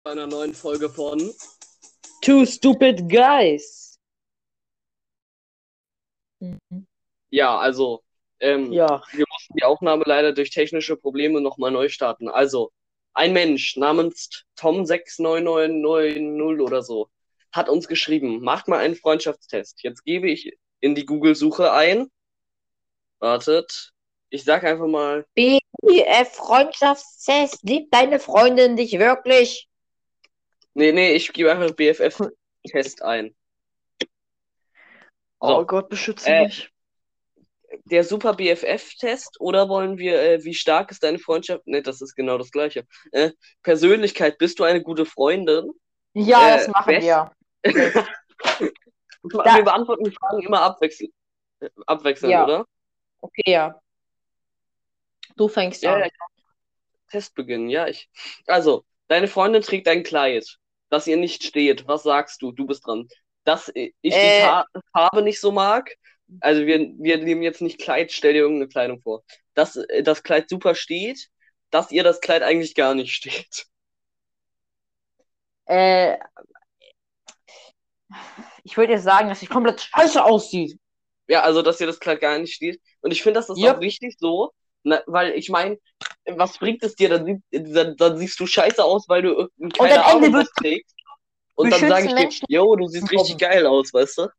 Bei einer neuen Folge von. Two Stupid Guys. Mhm. Ja, also, Ja. wir mussten die Aufnahme leider durch technische Probleme nochmal neu starten. Also, ein Mensch namens Tom69990 oder so hat uns geschrieben, macht mal einen Freundschaftstest. Jetzt gebe ich in die Google-Suche ein. Wartet. Ich sag einfach mal. BF-Freundschaftstest. Liebt deine Freundin dich wirklich? Nee, ich gebe einfach BFF-Test ein. Oh So. Gott, beschütze Äh, mich. der Super BFF-Test oder wollen wir, wie stark ist deine Freundschaft? Ne, das ist genau das Gleiche. Persönlichkeit, bist du eine gute Freundin? Ja, das machen Best wir. Safe. wir Da, beantworten die Fragen immer abwechselnd, ja, oder? okay, ja. Du fängst Ja, an. Test beginnen, ja, ich. Also, deine Freundin trägt ein Kleid, das ihr nicht steht. Was sagst du? Du bist dran. Dass ich die Äh, Farbe nicht so mag. Also, wir nehmen jetzt nicht Kleid, stell dir irgendeine Kleidung vor. Dass das Kleid super steht, dass ihr das Kleid eigentlich gar nicht steht. äh, ich würde jetzt sagen, dass sie komplett scheiße aussieht. Ja, also, dass ihr das Kleid gar nicht steht. Und ich finde, das ist auch Yep. richtig so, weil ich meine, was bringt es dir? Dann siehst du scheiße aus, weil du Und am keine Ende Ahnung wird was trägst. Und dann sage beschützen ich dir, Menschen yo, du siehst richtig mobben. geil aus, weißt du?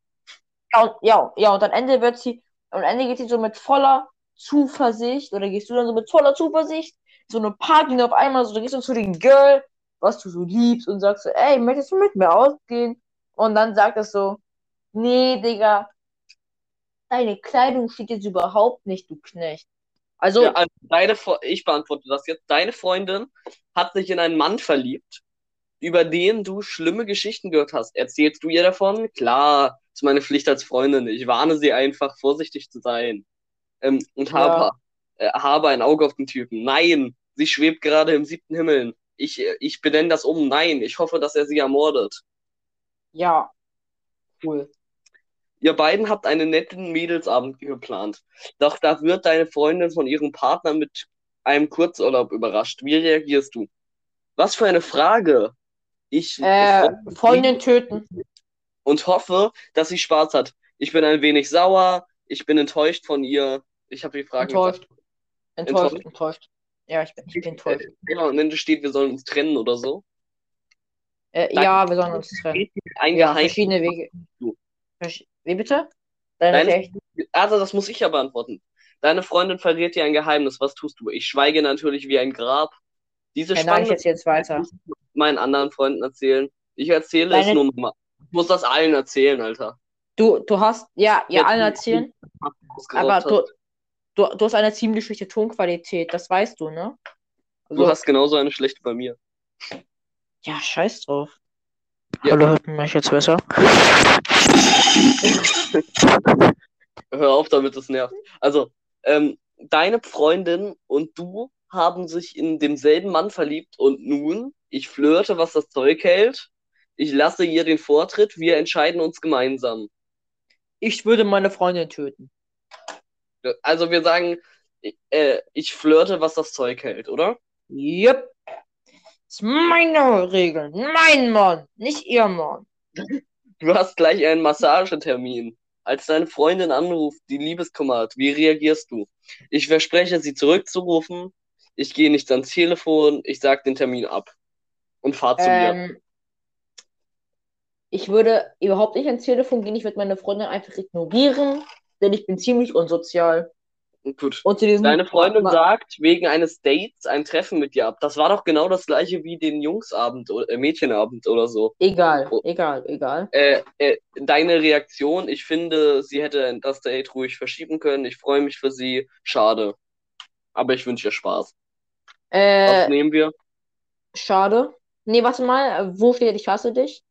Ja, und am Ende am Ende geht sie so mit voller Zuversicht, oder gehst du dann so mit voller Zuversicht, so eine Party und auf einmal so, du gehst dann zu dem Girl, was du so liebst und sagst so, ey, möchtest du mit mir ausgehen? Und dann sagt es so, nee, Digga, deine Kleidung steht jetzt überhaupt nicht, du Knecht. Ja, Also, also ich beantworte das jetzt. Deine Freundin hat sich in einen Mann verliebt, über den du schlimme Geschichten gehört hast. Erzählst du ihr davon? Klar, ist meine Pflicht als Freundin. Ich warne sie einfach, vorsichtig zu sein. Und ja, habe ein Auge auf den Typen. Nein, sie schwebt gerade im siebten Himmel. Ich benenne das um. Nein, ich hoffe, dass er sie ermordet. ja, cool. Ihr beiden habt einen netten Mädelsabend geplant. Doch da wird deine Freundin von ihrem Partner mit einem Kurzurlaub überrascht. Wie reagierst du? Was für eine Frage. Ich freue mich Freundin töten. und hoffe, dass sie Spaß hat. Ich bin ein wenig sauer. Ich bin enttäuscht von ihr. Ich habe die Frage nicht Enttäuscht, beantwortet. enttäuscht, Enttäuscht. enttäuscht. Ja, ich bin enttäuscht. Ja, am Ende steht, wir sollen uns trennen oder so. Deine Ja, wir sollen uns trennen. verrät dir ein Ja, Geheimnis. verschiedene Was Wege. tust du? Wie bitte? Deine Deine, Fähigkeit. also, das muss ich ja beantworten. Deine Freundin verrät dir ein Geheimnis. Was tust du? Ich schweige natürlich wie ein Grab. Diese Nein, ich spannende erzähle jetzt weiter. muss ich meinen anderen Freunden erzählen. Ich erzähle es Deine, nur mal. Ich muss das allen erzählen, Alter. du hast, ja, ja, Jetzt allen erzählen, aber ausgeraubt hast. du hast eine ziemlich schlechte Tonqualität, das weißt du, ne? Du Also, hast genauso eine schlechte bei mir. ja, scheiß drauf. Ja, Hallo, hört man mich jetzt besser? hör auf, damit es nervt. Also, deine Freundin und du haben sich in demselben Mann verliebt und nun, ich flirte, was das Zeug hält. Ich lasse ihr den Vortritt. Wir entscheiden uns gemeinsam. Ich würde meine Freundin töten. Also wir sagen, ich flirte, was das Zeug hält, oder? Yep. Das ist meine Regel. Mein Mann, nicht ihr Mann. Du hast gleich einen Massagetermin. Als deine Freundin anruft, die Liebeskummer hat, wie reagierst du? Ich verspreche, sie zurückzurufen. Ich gehe nicht ans Telefon. Ich sage den Termin ab und fahr zu ihr. Ähm, Ich würde überhaupt nicht ans Telefon gehen. Ich würde meine Freundin einfach ignorieren, denn ich bin ziemlich unsozial. Gut. Und zu diesem, Deine Freundin sagt wegen eines Dates ein Treffen mit dir ab. Das war doch genau das gleiche wie den Jungsabend oder Mädchenabend oder so. egal, Oh, egal, egal. deine Reaktion, ich finde, sie hätte das Date ruhig verschieben können. Ich freue mich für sie. Schade. Aber ich wünsche ihr Spaß. Was Äh, nehmen wir? Schade. Nee, warte mal, wo steht ich hasse dich?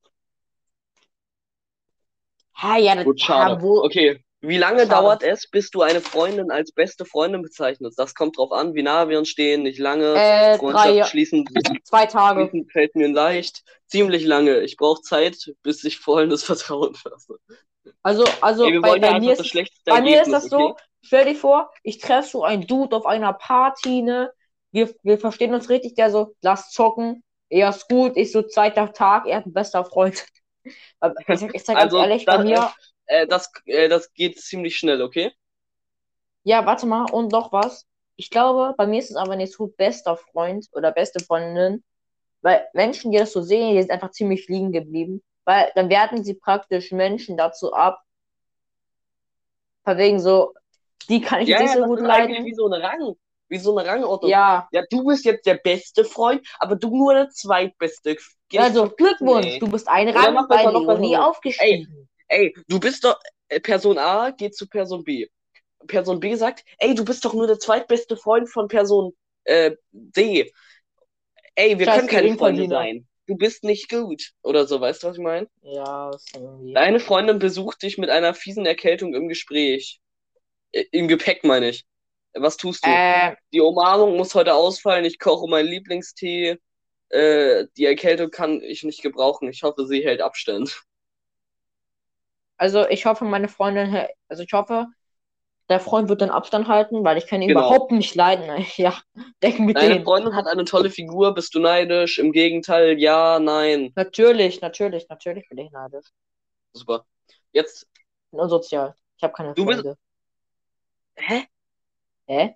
Ha, ja, Gut, schade. ha, wo, Okay. Wie lange schade. dauert es, bis du eine Freundin als beste Freundin bezeichnest? Das kommt drauf an, wie nah wir uns stehen. Nicht lange. Freundschaft Drei, schließen, 2 Tage. schließen fällt mir leicht. Ziemlich lange. Ich brauche Zeit, bis ich vollendes Vertrauen fasse. Ey, wir wollen ja Bei mir einfach ist das es, schlechteste bei mir ist Ergebnis, das okay? so, stell dir vor, ich treffe so einen Dude auf einer Party, ne? Wir verstehen uns richtig, der so, lass zocken. Ja, ist gut, ich so zweiter Tag, er ein bester Freund. Aber ich sag ganz Also, ehrlich, bei mir, das geht ziemlich schnell, okay? ja, warte mal, und noch was. Ich glaube, bei mir ist es aber nicht so bester Freund oder beste Freundin, weil Menschen, die das so sehen, die sind einfach ziemlich liegen geblieben. Weil dann werten sie praktisch Menschen dazu ab, von wegen so, die kann ich jetzt Ja, nicht ja, so das gut ist eigentlich leiden. wie so eine Rangordnung. Ja, Ja, du bist jetzt der beste Freund, aber du nur der zweitbeste. Geh also verpissen, Glückwunsch, ey. du bist ein Oder Rang noch bei besser, noch besser Leonie so. Ey, aufgestiegen. ey, du bist doch, Person A geht zu Person B. Person B sagt, ey, du bist doch nur der zweitbeste Freund von Person D. Ey, wir können Scheiß keine Freunde Geringverdiener. sein. Du bist nicht gut. Oder so, weißt du, was ich meine? Ja, ist irgendwie. Deine Freundin besucht dich mit einer fiesen Erkältung im Gespräch. Im Gepäck, meine ich. Was tust du? Äh, Die Umarmung muss heute ausfallen. Ich koche meinen Lieblingstee. Die Erkältung kann ich nicht gebrauchen. Ich hoffe, sie hält Abstand. also ich hoffe, meine Freundin, also ich hoffe, der Freund wird dann Abstand halten, weil ich kann ihn Genau. überhaupt nicht leiden. Ja, denk mit Deine denen. Freundin hat eine tolle Figur. Bist du neidisch? Im Gegenteil, ja, nein. Natürlich bin ich neidisch. Super. Jetzt, Bin unsozial. Ich habe keine du bist. Freunde. Hä? Hä?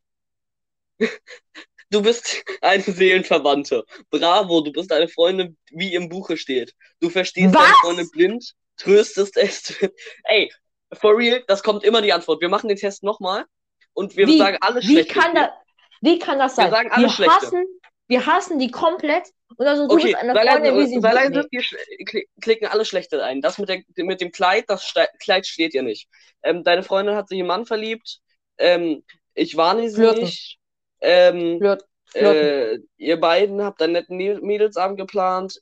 Du bist eine Seelenverwandte. Bravo, du bist eine Freundin, wie im Buche steht. Du verstehst deine Freundin Was? blind, tröstest es. Ey, for real, das kommt immer die Antwort. Wir machen den Test nochmal und wir sagen Wie? alles Wie Schlechte, kann okay? das, wie kann das Wir sein? sagen alles Schlechte. Wir hassen die komplett. Und also du bist Okay, eine Freundin, wie sie im sei Buch. leise, Nee. wir klicken alles Schlechte ein. Das mit dem Kleid, Kleid steht ja nicht. Deine Freundin hat sich in einen Mann verliebt. Ich warne sie Flirten. nicht. Ähm, Flirten. ihr beiden habt einen netten Mädelsabend geplant.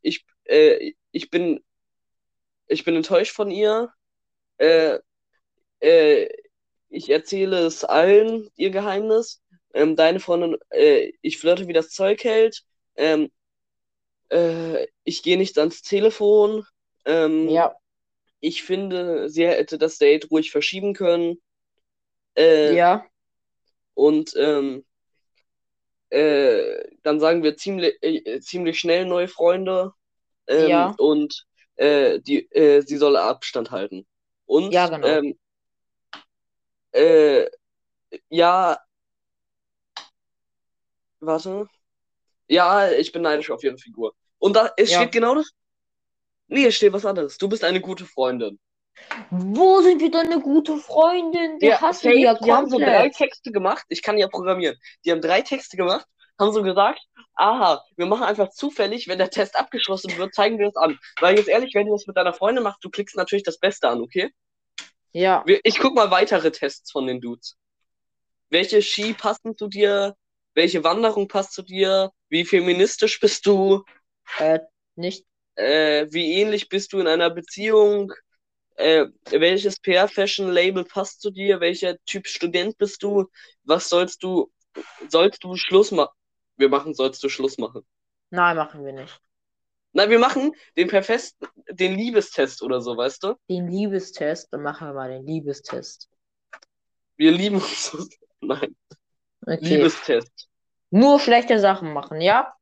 Ich bin enttäuscht von ihr. Äh, äh, ich erzähle es allen, ihr Geheimnis. Deine Freundin, ich flirte, wie das Zeug hält. Ähm, ich gehe nicht ans Telefon. Ähm, Ja. ich finde, sie hätte das Date ruhig verschieben können. Äh, Ja. und dann sagen wir ziemlich schnell neue Freunde. Ja. Und sie soll Abstand halten. Ja, Und genau. äh, ja, warte. Ja, ich bin neidisch auf ihre Figur. Und es steht Ja. genau das. Nee, es steht was anderes. Du bist eine gute Freundin. Wo sind wir denn eine gute Freundin? Wir Ja, hassen die safe, ja die haben so drei komplett. Texte gemacht. Ich kann ja programmieren. Die haben drei Texte gemacht, haben so gesagt, aha, wir machen einfach zufällig, wenn der Test abgeschlossen wird, zeigen wir das an. Weil jetzt ehrlich, wenn du das mit deiner Freundin machst, du klickst natürlich das Beste an, okay? Ja. Ich guck mal weitere Tests von den Dudes. Welche Ski passen zu dir? Welche Wanderung passt zu dir? Wie feministisch bist du? Äh, nicht. Wie ähnlich bist du in einer Beziehung? Welches PR-Fashion-Label passt zu dir? Welcher Typ Student bist du? Was sollst du Schluss machen? Wir machen, sollst du Schluss machen. Nein, machen wir nicht. Nein, wir machen den Liebestest oder so, weißt du? Den Liebestest, dann machen wir mal den Liebestest. Wir lieben uns. So. Nein, Okay. Liebestest. Nur schlechte Sachen machen, ja?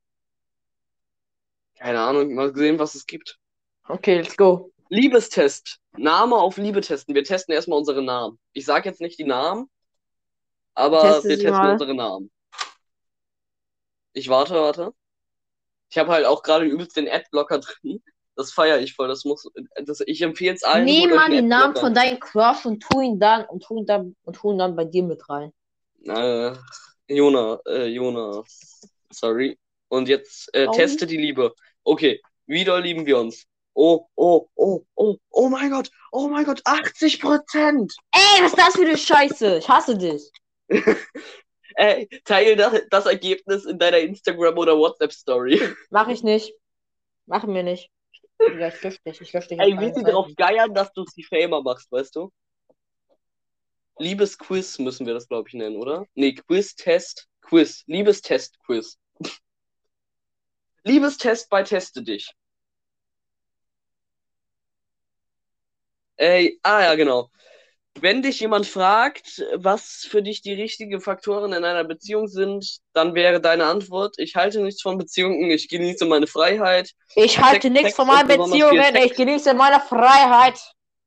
Keine Ahnung, mal sehen, was es gibt. Okay, let's go. Liebestest. Name auf Liebe testen. Wir testen erstmal unsere Namen. Ich sage jetzt nicht die Namen, aber Teste wir sie testen mal. unsere Namen. Ich warte. Ich habe halt auch gerade übelst den Adblocker drin. Das feiere ich voll. Ich empfehle es allen, Nehm holt euch mal einen die Namen Adblocker. von deinem Crush und tu ihn dann bei dir mit rein. Äh, Jona, sorry. Und jetzt Sorry. teste die Liebe. Okay, wie doll lieben wir uns? Oh mein Gott, 80%! Ey, was ist das für eine Scheiße? Ich hasse dich. Teil das Ergebnis in deiner Instagram- oder WhatsApp-Story. Mach ich nicht. Machen wir nicht. Digga, ich lösche dich. Ich lösche dich auf Ey, wie allen sie darauf Seiten. geiern, dass du sie famer machst, weißt du? Liebesquiz müssen wir das, glaube ich, nennen, oder? Nee, Quiz-Test, Quiz. Liebestest-Quiz. Liebestest bei Teste dich. Ja, genau. Wenn dich jemand fragt, was für dich die richtigen Faktoren in einer Beziehung sind, dann wäre deine Antwort: Ich halte nichts von Beziehungen, ich genieße meine Freiheit. Ich halte nichts von meinen Besonders viel Beziehungen, ich genieße meine Freiheit.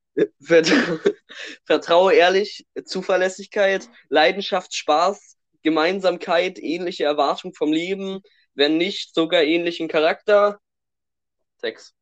Vertraue ehrlich, Zuverlässigkeit, Leidenschaft, Spaß, Gemeinsamkeit, ähnliche Erwartung vom Leben, wenn nicht sogar ähnlichen Charakter. Sex.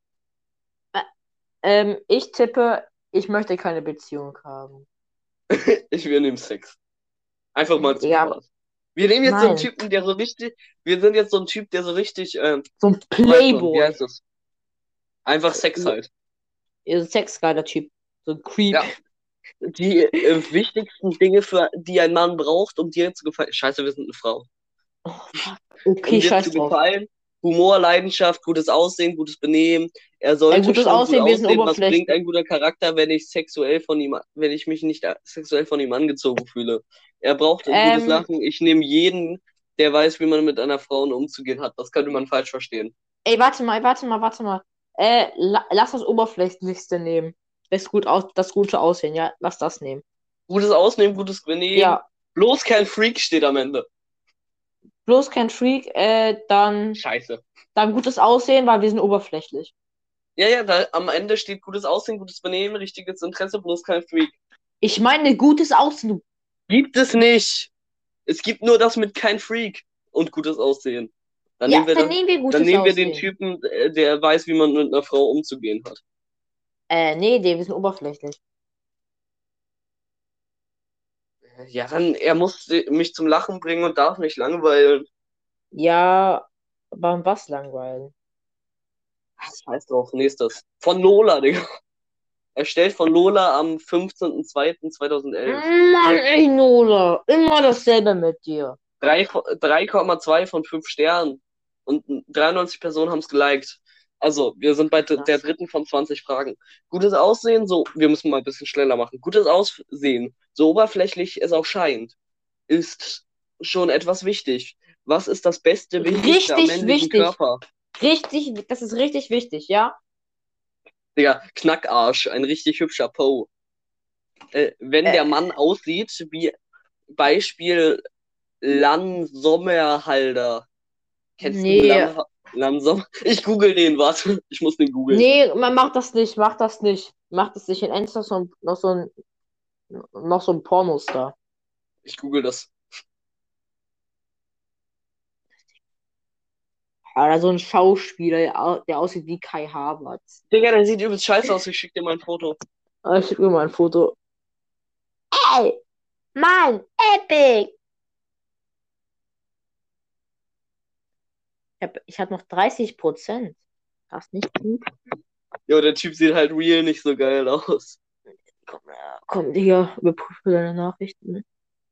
Ich tippe, ich möchte keine Beziehung haben. Ich will nehmen Sex. Einfach mal zum Ja, Spaß. Wir nehmen jetzt so einen nein. Typen, der so richtig. Wir sind jetzt so ein Typ, der so richtig. So ein Weißt du, wie Playboy. heißt das? Einfach Sex halt. Ihr sexgeiler Typ. So ein Creep. Ja. Die wichtigsten Dinge, die ein Mann braucht, um dir zu gefallen. Scheiße, wir sind eine Frau. Oh, fuck. Um Okay, dir scheiß zu drauf. gefallen. Humor, Leidenschaft, gutes Aussehen, gutes Benehmen. Er sollte gutes schon Aussehen, gut wir sind aussehen. Was oberflächlich. bringt ein guter Charakter, wenn ich mich nicht sexuell von ihm angezogen fühle? Er braucht ein gutes Lachen. Ich nehme jeden, der weiß, wie man mit einer Frau umzugehen hat. Das könnte man falsch verstehen. Ey, warte mal. Lass das Oberflächlichste nehmen. Das gute Aussehen, ja, lass das nehmen. Gutes Aussehen, gutes Benehmen. Ja, Bloß kein Freak steht am Ende. bloß kein Freak, dann Scheiße. gutes Aussehen, weil wir sind oberflächlich. Ja, am Ende steht gutes Aussehen, gutes Benehmen, richtiges Interesse, bloß kein Freak. Ich meine gutes Aussehen. Gibt es nicht. Es gibt nur das mit kein Freak und gutes Aussehen. Dann Ja, nehmen wir dann nehmen wir gutes den Aussehen. Typen, der weiß, wie man mit einer Frau umzugehen hat. Nee, wir sind oberflächlich. Ja, dann, er muss mich zum Lachen bringen und darf mich langweilen. Ja, aber was langweilen? Scheiß drauf, nächstes. Von Lola, Digga. Erstellt von Lola am 15.02.2011. Mann, ey, Nola, immer dasselbe mit dir. 3,2 von 5 Sternen. Und 93 Personen haben es geliked. Also, wir sind bei der dritten von 20 Fragen. Gutes Aussehen, so, wir müssen mal ein bisschen schneller machen. Gutes Aussehen, so oberflächlich es auch scheint, ist schon etwas wichtig. Was ist das Beste, Wichtigste am Richtig männlichen wichtig. Körper? Richtig, das ist richtig wichtig, ja? Digga, Knackarsch, ein richtig hübscher Po. Wenn der Mann aussieht wie Beispiel Lan Sommerhalder. Kennst Nee. du Lan Sommer? Ich google den, warte. Ich muss den googeln. Nee, man macht das nicht, mach das nicht. Mach das nicht. In Ends noch so ein Pornostar. Ich google das. Oder so ein Schauspieler, der aussieht wie Kai Havertz. Digga, der sieht übelst scheiße aus. Ich schick dir mal ein Foto. Ich schick mir mal ein Foto. Ey, Mann, epic! Ich hab noch 30%. Das ist nicht gut. Ja, der Typ sieht halt real nicht so geil aus. Komm, Digga, überprüfe deine Nachrichten.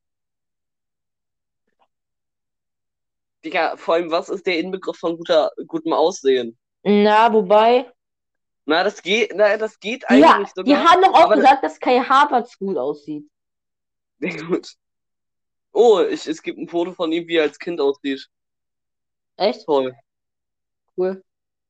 Digga, vor allem, was ist der Inbegriff von gutem Aussehen? Na, wobei. Das geht eigentlich sogar. Die haben doch auch gesagt, dass Kai Havertz gut aussieht. Sehr gut. Oh, es gibt ein Foto von ihm, wie er als Kind aussieht. Echt? Toll. Cool.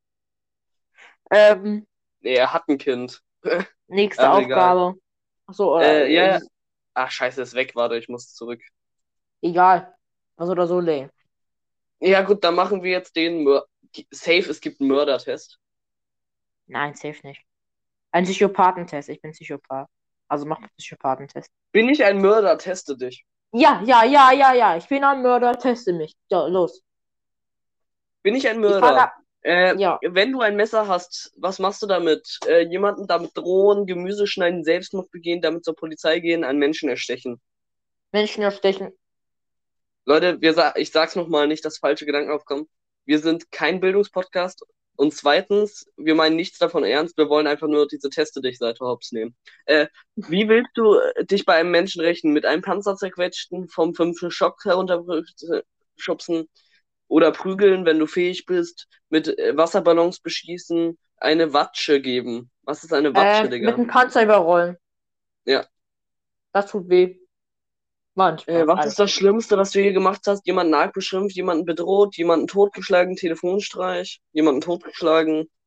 Nee, er hat ein Kind. Nächste Aufgabe. Achso, ja. Ach, scheiße, ist weg. Warte, ich muss zurück. Egal. Was oder so, Lay. Ja, gut, dann machen wir jetzt den Safe, es gibt einen Mördertest. Nein, safe nicht. Ein Psychopathentest. Ich bin Psychopath. Also mach einen Psychopathentest. Bin ich ein Mörder? Teste dich. Ja. Ich bin ein Mörder, teste mich. Ja, los. Bin ich ein Mörder? Ja. Wenn du ein Messer hast, was machst du damit? Jemanden damit drohen, Gemüse schneiden, Selbstmord begehen, damit zur Polizei gehen, einen Menschen erstechen. Menschen erstechen. Leute, ich sag's nochmal, nicht, dass falsche Gedanken aufkommen. Wir sind kein Bildungspodcast. Und zweitens, wir meinen nichts davon ernst. Wir wollen einfach nur diese Teste-dich-Seite hops nehmen. Wie willst du dich bei einem Menschen rächen? Mit einem Panzer zerquetschen, vom 5. Stock herunterschubsen oder prügeln, wenn du fähig bist, mit Wasserballons beschießen, eine Watsche geben. Was ist eine Watsche, Digga? Mit einem Panzer überrollen. Ja. Das tut weh. Manchmal. Was ist das Schlimmste, was du hier gemacht hast? Jemanden arg beschimpft, jemanden bedroht, jemanden totgeschlagen, Telefonstreich, jemanden totgeschlagen.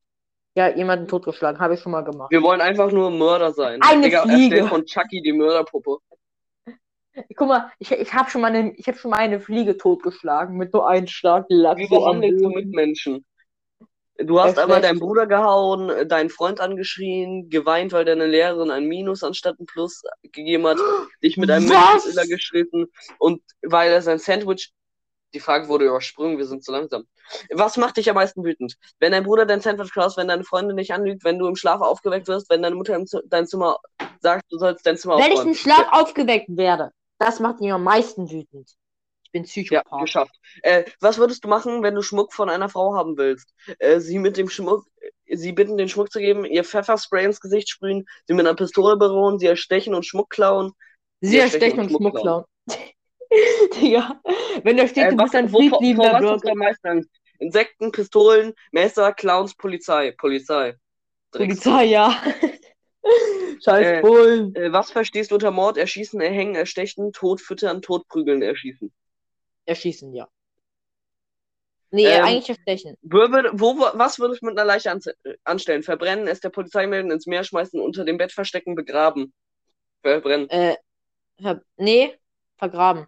Ja, jemanden totgeschlagen, habe ich schon mal gemacht. Wir wollen einfach nur Mörder sein. Eine Digga, Fliege. erstellt von Chucky die Mörderpuppe. Guck mal, ich habe schon mal eine Fliege totgeschlagen mit nur einem Schlag, die lag Wie so am behandelst du Boden. Mitmenschen? Du hast einmal deinen Schlecht. Bruder gehauen, deinen Freund angeschrien, geweint, weil deine Lehrerin ein Minus anstatt ein Plus gegeben hat, dich mit einem Was? Mitschüler gestritten und weil er sein Sandwich. Die Frage wurde übersprungen, wir sind zu langsam. Was macht dich am meisten wütend? Wenn dein Bruder dein Sandwich klaut, wenn deine Freundin dich anlügt, wenn du im Schlaf aufgeweckt wirst, wenn deine Mutter dein Zimmer sagt, du sollst dein Zimmer Wenn ich aufräumen. im Schlaf aufgeweckt werde, das macht mich am meisten wütend. Ich bin Ja, Psychopath. geschafft. Was würdest du machen, wenn du Schmuck von einer Frau haben willst? Sie bitten, den Schmuck zu geben, ihr Pfefferspray ins Gesicht sprühen, sie mit einer Pistole bedrohen, sie erstechen und Schmuck klauen. Sie erstechen und Schmuck klauen. Digga, wenn da steht, du bist ein vor friedliebender was hast du Bürger. am meisten Angst? Insekten, Pistolen, Messer, Clowns, Polizei. Polizei. Polizei, ja. Scheiß Bullen. Was verstehst du unter Mord? Erschießen, erhängen, erstechen, tot füttern, totprügeln, erschießen. Erschießen, ja. Nee, eigentlich erstechen. Was würdest du mit einer Leiche anstellen? Verbrennen, es der Polizei melden, ins Meer schmeißen, unter dem Bett verstecken, begraben. Verbrennen. Nee, vergraben.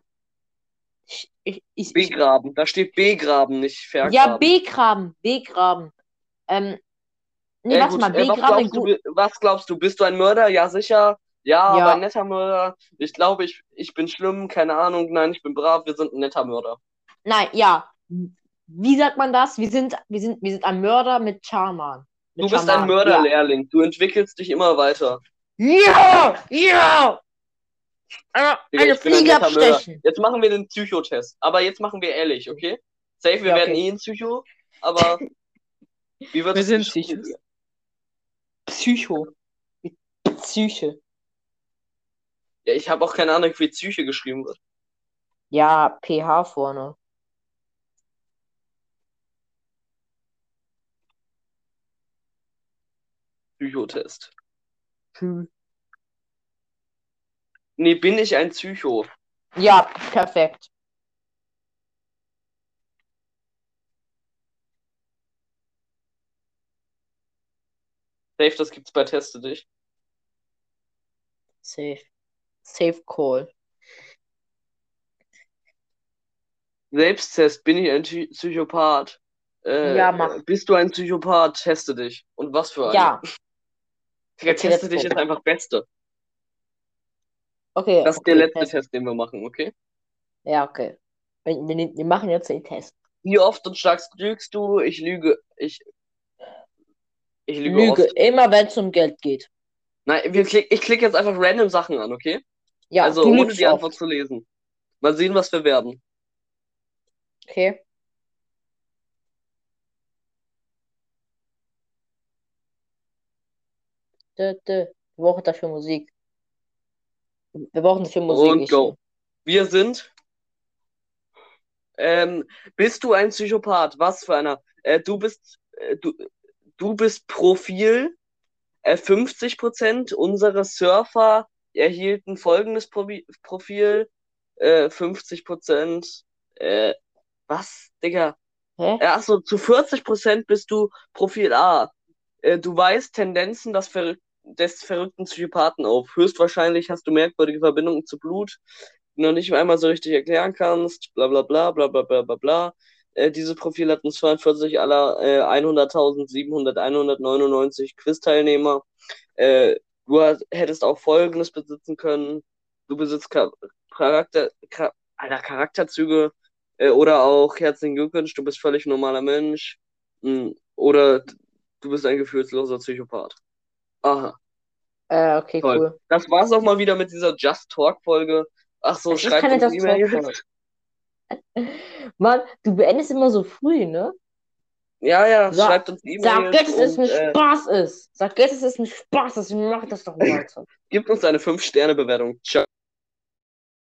Begraben. Da steht begraben, nicht vergraben. Ja, begraben. Nee, warte gut. mal, begraben. Was glaubst du? Bist du ein Mörder? Ja, sicher. Ja, aber Ja. ein netter Mörder. Ich glaube, ich bin schlimm, keine Ahnung. Nein, ich bin brav, wir sind ein netter Mörder. Nein, ja. Wie sagt man das? Wir sind ein Mörder mit Charman. Du bist ein Mörderlehrling. Ja. Du entwickelst dich immer weiter. Ja! Ja! Digga, Eine Fliege abstechen. Jetzt machen wir den Psychotest. Aber jetzt machen wir ehrlich, okay? Safe, wir werden eh ein Psycho. Aber wie wird wir es sind Psychos. Psycho. Psyche. Ja, ich habe auch keine Ahnung, wie Psyche geschrieben wird. Ja, PH vorne. Psychotest. Nee, bin ich ein Psycho? Ja, perfekt. Safe, das gibt's bei Teste dich. Safe Call. Selbsttest, bin ich ein Psychopath? Ja, mach. Bist du ein Psychopath? Teste dich. Und was für ein? Ja. Digga, teste dich ist einfach Beste. Okay. Das ist der letzte Test, den wir machen, okay? Ja, okay. Wir machen jetzt den Test. Wie oft und stark lügst du? Ich lüge. Ich lüge oft. Immer, wenn es um Geld geht. Nein, ich klicke jetzt einfach random Sachen an, okay? Ja, also ohne die Antwort zu lesen. Mal sehen, was wir werden. Okay. Wir brauchen dafür Musik. Und go. Wir sind. Bist du ein Psychopath? Was für einer? Du bist Profil. 50% unserer Surfer erhielten folgendes Profil. 50%. Was, Digga? Hä? Achso, zu 40% bist du Profil A. Du weißt Tendenzen des verrückten Psychopathen auf. Höchstwahrscheinlich hast du merkwürdige Verbindungen zu Blut, die noch nicht einmal so richtig erklären kannst. Bla bla bla bla bla bla bla bla. Dieses Profil hatten 42 aller 100.799 Quiz-Teilnehmer. Hättest auch Folgendes besitzen können. Du besitzt Charakterzüge oder auch herzlichen Glückwunsch, du bist völlig normaler Mensch. Oder du bist ein gefühlsloser Psychopath. Aha. Okay, toll. Cool. Das war's auch mal wieder mit dieser Just Talk-Folge. Ach so, schreibt uns E-Mails. Mann, du beendest immer so früh, ne? Ja, schreibt uns E-Mails. Sag jetzt, dass es ein Spaß ist. Sag jetzt, dass es ein Spaß ist. Wir machen das doch weiter. Gebt uns eine 5-Sterne-Bewertung. Ciao.